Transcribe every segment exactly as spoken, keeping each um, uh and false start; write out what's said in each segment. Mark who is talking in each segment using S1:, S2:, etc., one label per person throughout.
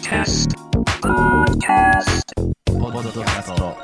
S1: Podcast Podcast Podcast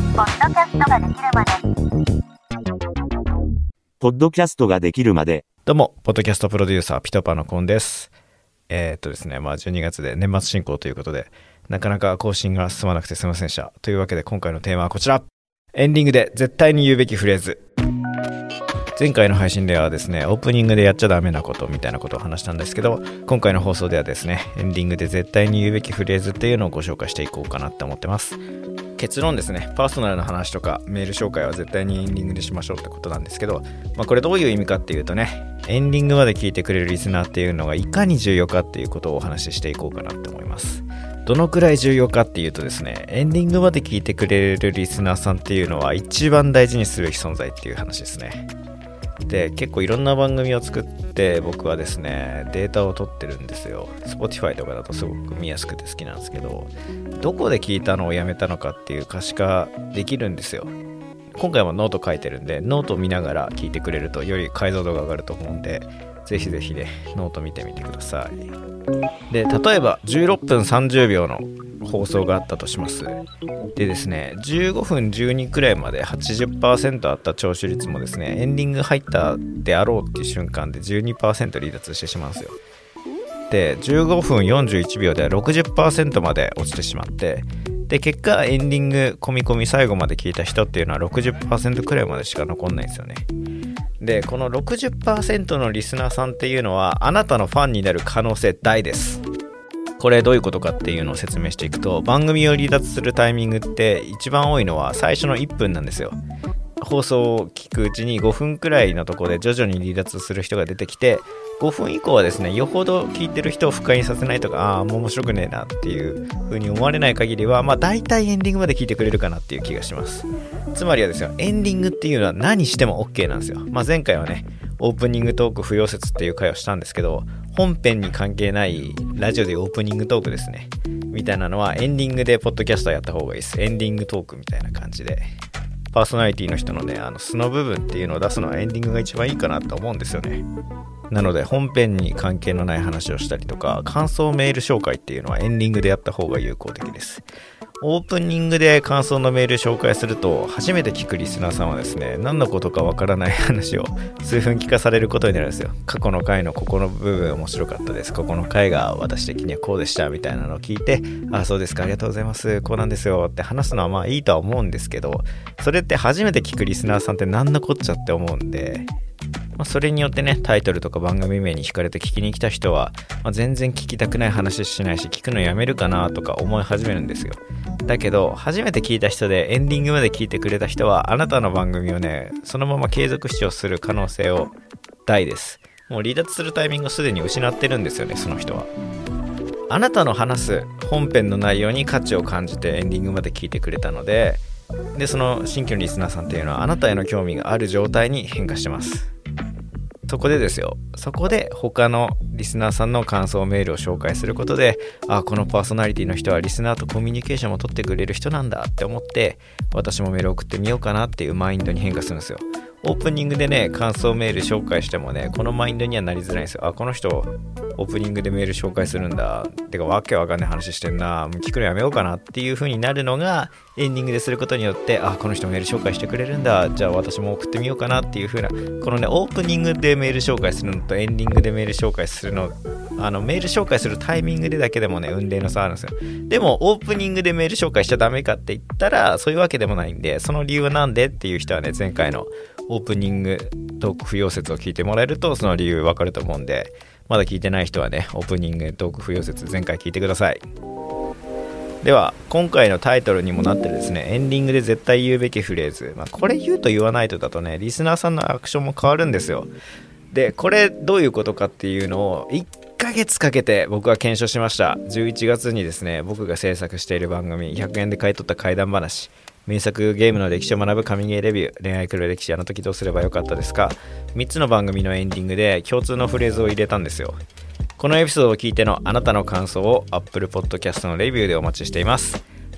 S2: ポッドキャストができるまで。
S3: どうもポッドキャストプロデューサーピトパのコンです。えー、っとですねまあじゅうにがつで年末進行ということでなかなか更新が進まなくてすいませんでした。というわけで今回のテーマはこちら。エンディングで絶対に言うべきフレーズ。前回の配信ではですねオープニングでやっちゃダメなことみたいなことを話したんですけど、今回の放送ではですねエンディングで絶対に言うべきフレーズっていうのをご紹介していこうかなって思ってます。結論ですね、パーソナルな話とかメール紹介は絶対にエンディングでしましょうってことなんですけど、まあ、これどういう意味かっていうとね、エンディングまで聞いてくれるリスナーっていうのがいかに重要かっていうことをお話ししていこうかなって思います。どのくらい重要かっていうとですね、エンディングまで聞いてくれるリスナーさんっていうのは一番大事にする存在っていう話ですね。で、結構いろんな番組を作って僕はですねデータを取ってるんですよ。 Spotify とかだとすごく見やすくて好きなんですけど、どこで聞いたのをやめたのかっていう可視化できるんですよ。今回もノート書いてるんで、ノート見ながら聞いてくれるとより解像度が上がると思うんで、ぜひぜひねノート見てみてください。で、例えばじゅうろっぷんさんじゅうびょうの放送があったとします。でですねじゅうごふんじゅうにくらいまで はちじゅっパーセント あった聴取率もですね、エンディング入ったであろうっていう瞬間で じゅうにパーセント 離脱してしまうんですよ。でじゅうごふんよんじゅういちびょうで ろくじゅっパーセント まで落ちてしまって、で結果エンディング込み込み最後まで聞いた人っていうのは ろくじゅっパーセント くらいまでしか残んないんですよね。でこの ろくじゅっパーセント のリスナーさんっていうのはあなたのファンになる可能性大です。これどういうことかっていうのを説明していくと、番組を離脱するタイミングって一番多いのは最初のいっぷんなんですよ。放送を聞くうちにごふんくらいのところで徐々に離脱する人が出てきて、ごふん以降はですねよほど聞いてる人を不快にさせないとか、ああもう面白くねえなっていう風に思われない限りは、まあ大体エンディングまで聞いてくれるかなっていう気がします。つまりはですよ、エンディングっていうのは何しても OK なんですよ。まあ前回はねオープニングトーク不要説っていう回をしたんですけど、本編に関係ないラジオでオープニングトークですねみたいなのはエンディングでポッドキャストやった方がいいです。エンディングトークみたいな感じでパーソナリティの人のねあの素の部分っていうのを出すのはエンディングが一番いいかなと思うんですよね。なので本編に関係のない話をしたりとか感想メール紹介っていうのはエンディングでやった方が有効的です。オープニングで感想のメール紹介すると初めて聞くリスナーさんはですね何のことかわからない話を数分聞かされることになるんですよ。過去の回のここの部分面白かったです、ここの回が私的にはこうでしたみたいなのを聞いて、あ、そうですか、ありがとうございます、こうなんですよって話すのはまあいいとは思うんですけど、それって初めて聞くリスナーさんって何のこっちゃって思うんで、まあ、それによってねタイトルとか番組名に惹かれて聞きに来た人は、まあ、全然聞きたくない話しないし聞くのやめるかなとか思い始めるんですよ。だけど初めて聞いた人でエンディングまで聞いてくれた人はあなたの番組をねそのまま継続視聴する可能性を大です。もう離脱するタイミングをすでに失ってるんですよね。その人はあなたの話す本編の内容に価値を感じてエンディングまで聞いてくれたので、でその新規のリスナーさんっていうのはあなたへの興味がある状態に変化してます。そこでですよ、そこで他のリスナーさんの感想メールを紹介することで、あ、このパーソナリティの人はリスナーとコミュニケーションを取ってくれる人なんだって思って、私もメール送ってみようかなっていうマインドに変化するんですよ。オープニングでね感想メール紹介してもねこのマインドにはなりづらいんですよ。あ、この人オープニングでメール紹介するんだ、てかわけわかんない話してんな、聞くのやめようかなっていう風になるのがエンディングですることによって、あ、この人メール紹介してくれるんだ、じゃあ私も送ってみようかなっていう風な、このねオープニングでメール紹介するのとエンディングでメール紹介するの、あのメール紹介するタイミングでだけでもね雲泥の差あるんですよ。でもオープニングでメール紹介しちゃダメかって言ったらそういうわけでもないんで、その理由はなんでっていう人はね前回のオープニングトーク不要説を聞いてもらえるとその理由わかると思うんで、まだ聞いてない人はねオープニングトーク不要説前回聞いてください。では今回のタイトルにもなってるですねエンディングで絶対言うべきフレーズ、まあ、これ言うと言わないとだとねリスナーさんのアクションも変わるんですよ。でこれどういうことかっていうのをいっかげつかけて僕は検証しました。じゅういちがつにですね僕が制作している番組ひゃくえんで買い取った怪談話、名作ゲームの歴史を学ぶ神ゲーレビュー、恋愛黒歴史あの時どうすればよかったですか、みっつの番組のエンディングで共通のフレーズを入れたんですよ。このエピソードを聞いてのあなたの感想を Apple Podcast のレビューでお待ちしています。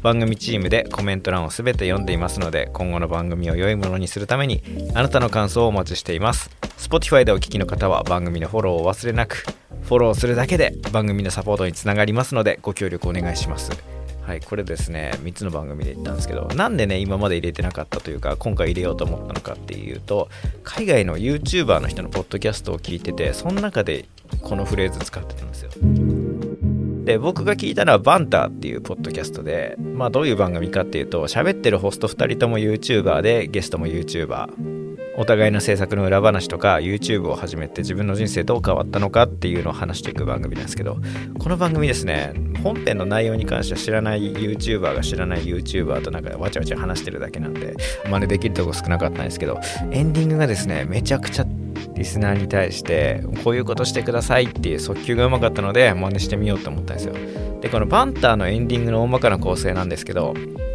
S3: 番組チームでコメント欄をすべて読んでいますので、今後の番組を良いものにするためにあなたの感想をお待ちしています。 Spotify でお聞きの方は番組のフォローをお忘れなく。フォローするだけで番組のサポートにつながりますのでご協力お願いします。はい、これですね、みっつの番組で言ったんですけど、なんでね今まで入れてなかったというか今回入れようと思ったのかっていうと、海外の YouTuber の人のポッドキャストを聞いてて、その中でこのフレーズ使ってたんですよ。で、僕が聞いたのはバンターっていうポッドキャストで、まあどういう番組かっていうと、喋ってるホストふたりとも YouTuber で、ゲストも YouTuber、お互いの制作の裏話とか YouTube を始めて自分の人生どう変わったのかっていうのを話していく番組なんですけど、この番組ですね、本編の内容に関しては知らない YouTuber が知らない YouTuber となんかわちゃわちゃ話してるだけなんで真似できるとこ少なかったんですけど、エンディングがですねめちゃくちゃリスナーに対してこういうことしてくださいっていう訴求がうまかったので真似してみようと思ったんですよ。で、このバンターのエンディングの大まかな構成なんですけど、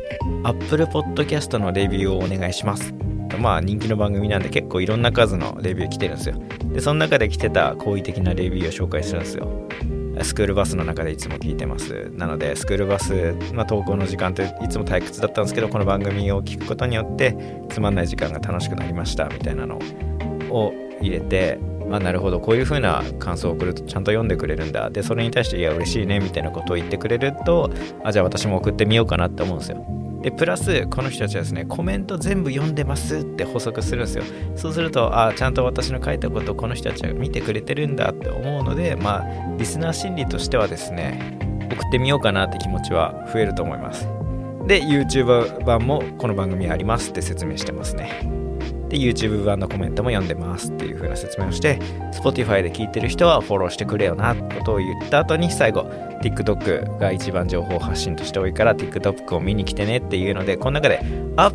S3: Apple Podcast のレビューをお願いします。まあ人気の番組なんで結構いろんな数のレビュー来てるんですよ。で、その中で来てた好意的なレビューを紹介するんですよ。スクールバスの中でいつも聞いてます。なのでスクールバス、まあ、登校の時間っていつも退屈だったんですけど、この番組を聞くことによってつまんない時間が楽しくなりましたみたいなのを入れて、まあ、なるほどこういう風な感想を送るとちゃんと読んでくれるんだ、でそれに対していや嬉しいねみたいなことを言ってくれると、あじゃあ私も送ってみようかなって思うんですよ。でプラスこの人たちはですね、コメント全部読んでますって補足するんですよ。そうするとあちゃんと私の書いたことをこの人たちは見てくれてるんだって思うので、まあリスナー心理としてはですね、送ってみようかなって気持ちは増えると思います。で YouTube 版もこの番組ありますって説明してますね。で YouTube 版のコメントも読んでますっていう風な説明をして、 Spotify で聞いてる人はフォローしてくれよなってことを言った後に、最後 TikTok が一番情報発信として多いから TikTok を見に来てねっていうので、この中で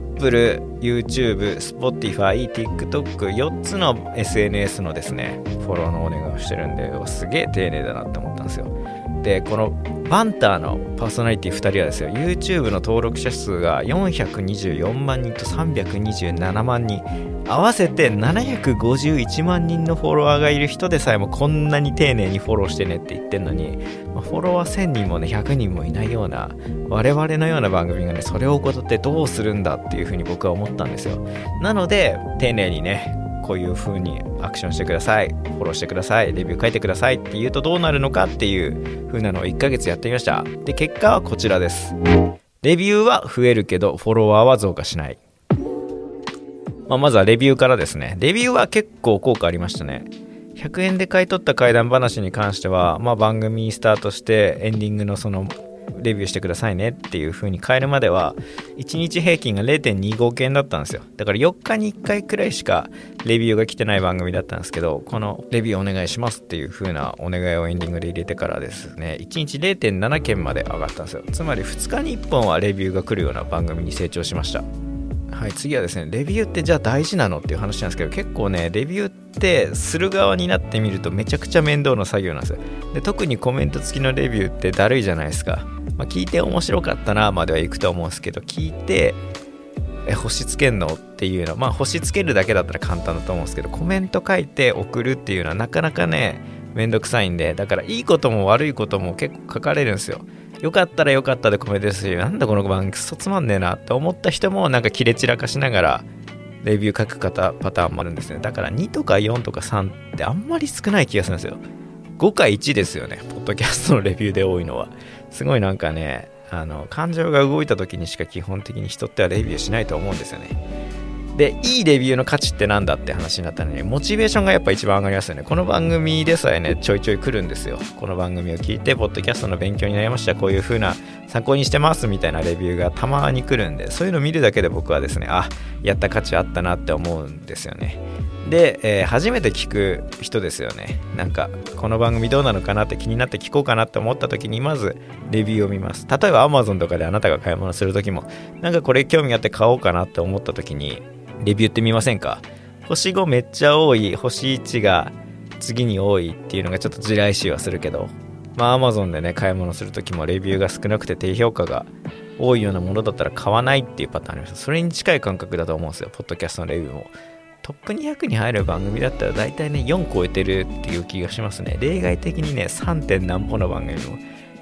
S3: Apple、YouTube、Spotify、TikTok よっつの エスエヌエス のですねフォローのお願いをしてるんで、すげえ丁寧だなって思ったんですよ。でこのバンターのパーソナリティふたりはですよ、 YouTube の登録者数がよんひゃくにじゅうよんまんにんとさんびゃくにじゅうななまんにん、合わせてななひゃくごじゅういちまんにんのフォロワーがいる人でさえもこんなに丁寧にフォローしてねって言ってんのに、まあ、フォロワーせんにんもねひゃくにんもいないような我々のような番組がね、それを怠ってどうするんだっていうふうに僕は思ったんですよ。なので丁寧にねこういう風にアクションしてください、フォローしてください、レビュー書いてくださいって言うとどうなるのかっていう風なのをいっかげつやってみました。で結果はこちらです。レビューは増えるけどフォロワーは増加しない。まあ、まずはレビューからですね。レビューは結構効果ありましたね。ひゃくえんで買い取った怪談話に関しては、まあ、番組スタートしてエンディングのそのレビューしてくださいねっていう風に変えるまではいちにち平均が れいてんにご 件だったんですよ。だからよっかにいっかいくらいしかレビューが来てない番組だったんですけど、このレビューお願いしますっていう風なお願いをエンディングで入れてからですね、いちにち れいてんなな 件まで上がったんですよ。つまりふつかにいっぽんはレビューが来るような番組に成長しました。はい、次はですね、レビューってじゃあ大事なのっていう話なんですけど、結構ねレビューってする側になってみるとめちゃくちゃ面倒な作業なんですよ。で特にコメント付きのレビューってだるいじゃないですか。まあ、聞いて面白かったなまではいくと思うんですけど、聞いてえ星つけんのっていうのは、まあ星つけるだけだったら簡単だと思うんですけど、コメント書いて送るっていうのはなかなかねめんどくさいんで、だからいいことも悪いことも結構書かれるんですよ。よかったらよかったでコメントですし、なんだこの番組クソつまんねえなって思った人もなんか切れ散らかしながらレビュー書く方パターンもあるんですね。だからにとかよんとかさんってあんまり少ない気がするんですよ。ごかいちですよね、ポッドキャストのレビューで多いのは。すごいなんかね、あの感情が動いた時にしか基本的に人ってはレビューしないと思うんですよね。でいいレビューの価値ってなんだって話になったのに、モチベーションがやっぱ一番上がりますよね。この番組でさえねちょいちょい来るんですよ。この番組を聞いてポッドキャストの勉強になりました、こういう風な参考にしてますみたいなレビューがたまに来るんで、そういうのを見るだけで僕はですね、あやった価値あったなって思うんですよね。で、えー、初めて聞く人ですよね。なんかこの番組どうなのかなって気になって聞こうかなって思った時にまずレビューを見ます。例えば Amazon とかであなたが買い物する時もなんかこれ興味あって買おうかなって思った時にレビューって見ませんか？星ごめっちゃ多い、星いちが次に多いっていうのがちょっと地雷臭はするけど、まあ Amazon でね買い物する時もレビューが少なくて低評価が多いようなものだったら買わないっていうパターンあります。それに近い感覚だと思うんですよ。ポッドキャストのレビューもトップにひゃくに入る番組だったら大体ねよん超えてるっていう気がしますね。例外的にね さん. 点何歩の番組も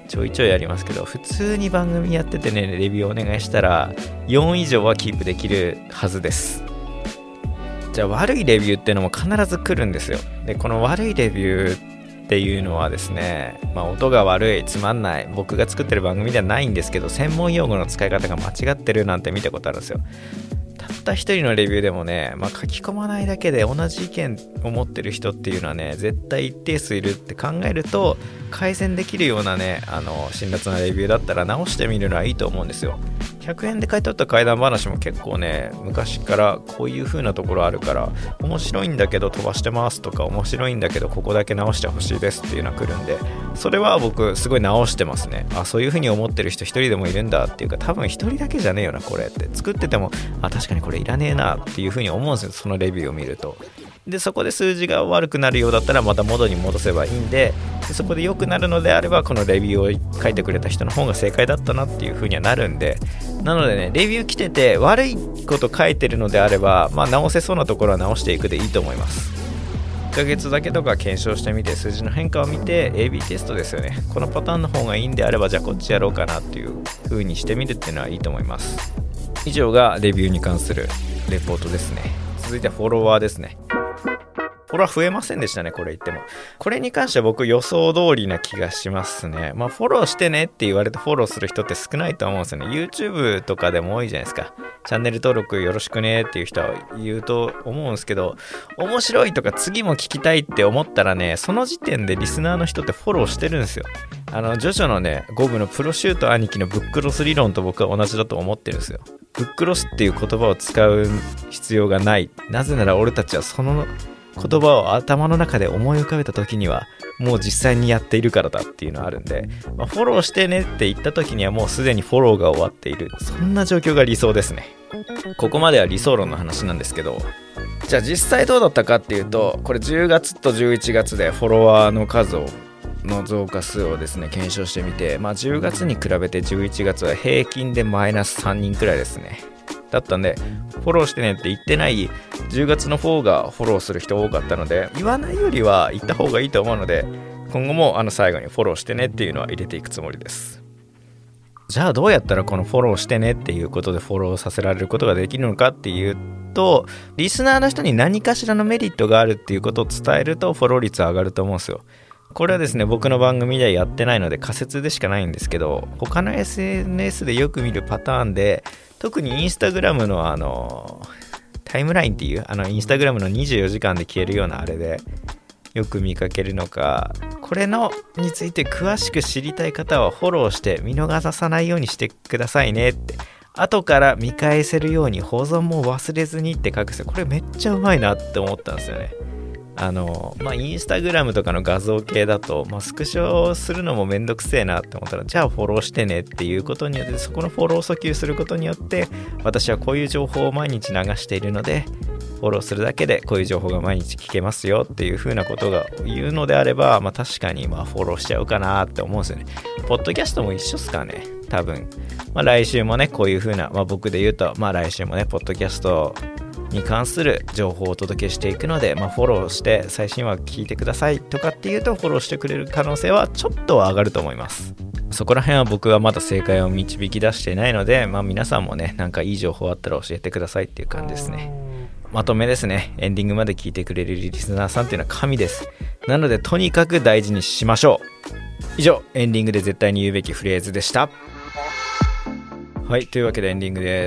S3: ちょいちょいやりますけど、普通に番組やっててねレビューお願いしたらよん以上はキープできるはずです。じゃあ悪いレビューっていうのも必ず来るんですよ。でこの悪いレビューっていうのはですね、まあ、音が悪い、つまんない、僕が作ってる番組ではないんですけど、専門用語の使い方が間違ってるなんて見たことあるんですよ。たった一人のレビューでもね、まあ、書き込まないだけで同じ意見を持ってる人っていうのはね絶対一定数いるって考えると、改善できるようなねあの辛辣なレビューだったら直してみるのはいいと思うんですよ。ひゃくえんで買い取った怪談話も結構ね昔からこういう風なところあるから面白いんだけど飛ばしてますとか、面白いんだけどここだけ直してほしいですっていうのが来るんで、それは僕すごい直してますね。あ、そういう風に思ってる人一人でもいるんだっていうか、多分一人だけじゃねえよなこれって、作っててもあ確かにこれいらねえなっていう風に思うんですよ、そのレビューを見ると。でそこで数字が悪くなるようだったらまた元に戻せばいいんで、でそこで良くなるのであればこのレビューを書いてくれた人の方が正解だったなっていう風にはなるんで、なのでねレビュー来てて悪いこと書いてるのであれば、まあ直せそうなところは直していくでいいと思います。いっかげつだけとか検証してみて数字の変化を見て エービー テストですよね。このパターンの方がいいんであればじゃあこっちやろうかなっていう風にしてみるっていうのはいいと思います。以上がレビューに関するレポートですね。続いてはフォロワーですね。フォロワー増えませんでしたね、これ言っても。これに関しては僕予想通りな気がしますね。まあフォローしてねって言われてフォローする人って少ないと思うんですよね。 YouTube とかでも多いじゃないですか。チャンネル登録よろしくねっていう人は言うと思うんですけど、面白いとか次も聞きたいって思ったらね、その時点でリスナーの人ってフォローしてるんですよ。あのジョジョのねゴブのプロシュート兄貴のブックロス理論と僕は同じだと思ってるんですよ。ブックロスっていう言葉を使う必要がない。なぜなら俺たちはその言葉を頭の中で思い浮かべた時にはもう実際にやっているからだっていうのがあるんで、まあ、フォローしてねって言った時にはもうすでにフォローが終わっている、そんな状況が理想ですね。ここまでは理想論の話なんですけど、じゃあ実際どうだったかっていうと、これじゅうがつとじゅういちがつでフォロワーの数をの増加数をですね検証してみて、まあじゅうがつに比べてじゅういちがつは平均でマイナスさんにんくらいですねだったんで、フォローしてねって言ってないじゅうがつの方がフォローする人多かったので、言わないよりは言った方がいいと思うので、今後もあの最後にフォローしてねっていうのは入れていくつもりです。じゃあどうやったらこのフォローしてねっていうことでフォローさせられることができるのかっていうと、リスナーの人に何かしらのメリットがあるっていうことを伝えるとフォロー率は上がると思うんですよ。これはですね僕の番組ではやってないので仮説でしかないんですけど、他の エスエヌエス でよく見るパターンで、特にインスタグラムのあのタイムラインっていうあのインスタグラムのにじゅうよじかんで消えるようなあれでよく見かけるのか、これのについて詳しく知りたい方はフォローして見逃さないようにしてくださいねって、後から見返せるように保存も忘れずにって書くんですよ。これめっちゃうまいなって思ったんですよね。あのまあインスタグラムとかの画像系だと、まあ、スクショするのもめんどくせえなって思ったら、じゃあフォローしてねっていうことによって、そこのフォロー訴求することによって、私はこういう情報を毎日流しているのでフォローするだけでこういう情報が毎日聞けますよっていう風なことが言うのであれば、まあ確かにまあフォローしちゃうかなって思うんですよね。ポッドキャストも一緒っすかね多分。まあ来週もねこういう風な、まあ僕で言うとまあ来週もねポッドキャストに関する情報をお届けしていくので、まあ、フォローして最新話聞いてくださいとかっていうとフォローしてくれる可能性はちょっとは上がると思います。そこら辺は僕はまだ正解を導き出していないので、まあ、皆さんもねなんかいい情報あったら教えてくださいっていう感じですね。まとめですね。エンディングまで聞いてくれるリスナーさんっていうのは神です。なのでとにかく大事にしましょう。以上エンディングで絶対に言うべきフレーズでした。はい、というわけでエンディングです。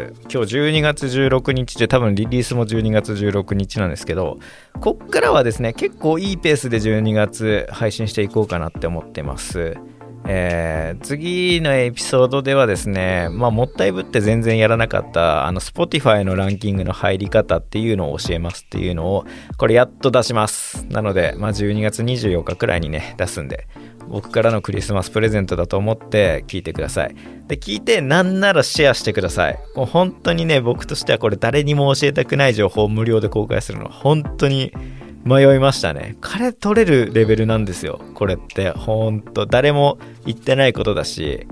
S3: 今日じゅうにがつじゅうろくにちで、多分リリースもじゅうにがつじゅうろくにちなんですけど、こっからはですね結構いいペースでじゅうにがつ配信していこうかなって思ってます。えー、次のエピソードではですね、まあもったいぶって全然やらなかったあの Spotify のランキングの入り方っていうのを教えますっていうのをこれやっと出します。なのでまあじゅうにがつにじゅうよっかくらいにね出すんで、僕からのクリスマスプレゼントだと思って聞いてください。で聞いてなんならシェアしてください。もう本当にね僕としてはこれ誰にも教えたくない情報を無料で公開するの本当に迷いましたね。金取れるレベルなんですよこれって。本当誰も言ってないことだし、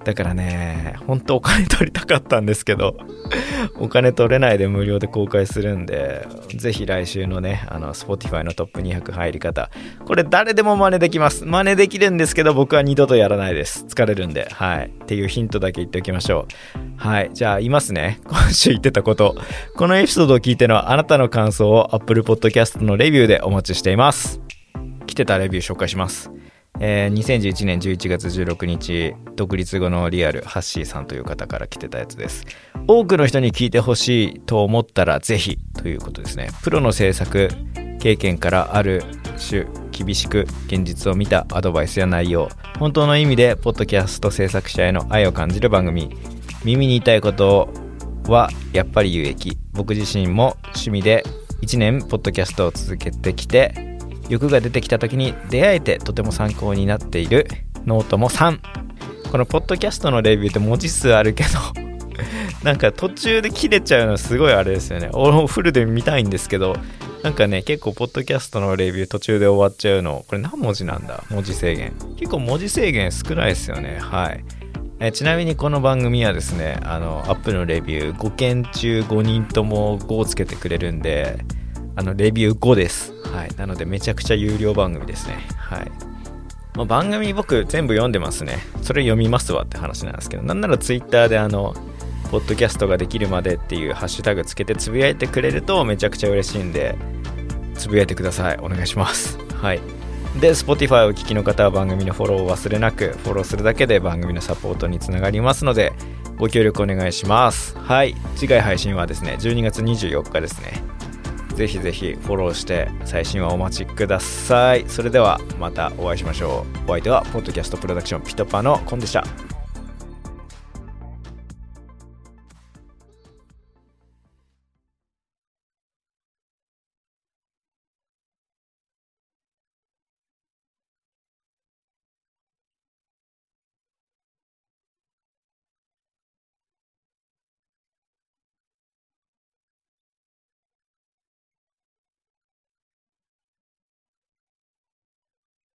S3: だからね、本当お金取りたかったんですけどお金取れないで無料で公開するんで、ぜひ来週のね、あの Spotify のトップにひゃく入り方、これ誰でも真似できます。真似できるんですけど、僕は二度とやらないです。疲れるんで。はい。っていうヒントだけ言っておきましょう。はい。じゃあ言いますね。今週言ってたこと。このエピソードを聞いてのあなたの感想を Apple Podcast のレビューでお待ちしています。来てたレビュー紹介します。えー、にせんじゅういちねんじゅういちがつじゅうろくにち、独立後のリアルハッシーさんという方から来てたやつです。多くの人に聞いてほしいと思ったらぜひということですね。プロの制作経験からある種厳しく現実を見たアドバイスや内容、本当の意味でポッドキャスト制作者への愛を感じる番組。耳に痛いことはやっぱり有益。僕自身も趣味でいちねんポッドキャストを続けてきて、欲が出てきた時に出会えてとても参考になっている。ノートもさん。このポッドキャストのレビューって文字数あるけどなんか途中で切れちゃうのすごいあれですよね。俺もフルで見たいんですけど、なんかね、結構ポッドキャストのレビュー途中で終わっちゃうの、これ何文字なんだ、文字制限。結構文字制限少ないですよね。はい。えちなみにこの番組はですね、あのアップルのレビューごけん中ごにんともごをつけてくれるんで、あのレビューごです。はい。なのでめちゃくちゃ有料番組ですね。はい。まあ、番組僕全部読んでますね。それ読みますわって話なんですけど、なんならツイッターであのポッドキャストができるまでっていうハッシュタグつけてつぶやいてくれるとめちゃくちゃ嬉しいんで、つぶやいてください。お願いします。はい。で Spotify をお聞きの方は番組のフォローを忘れなく、フォローするだけで番組のサポートにつながりますのでご協力お願いします。はい。次回配信はですねじゅうにがつにじゅうよっかですね。ぜひぜひフォローして最新話お待ちください。それではまたお会いしましょう。お相手はポッドキャストプロダクションピトパのコンでした。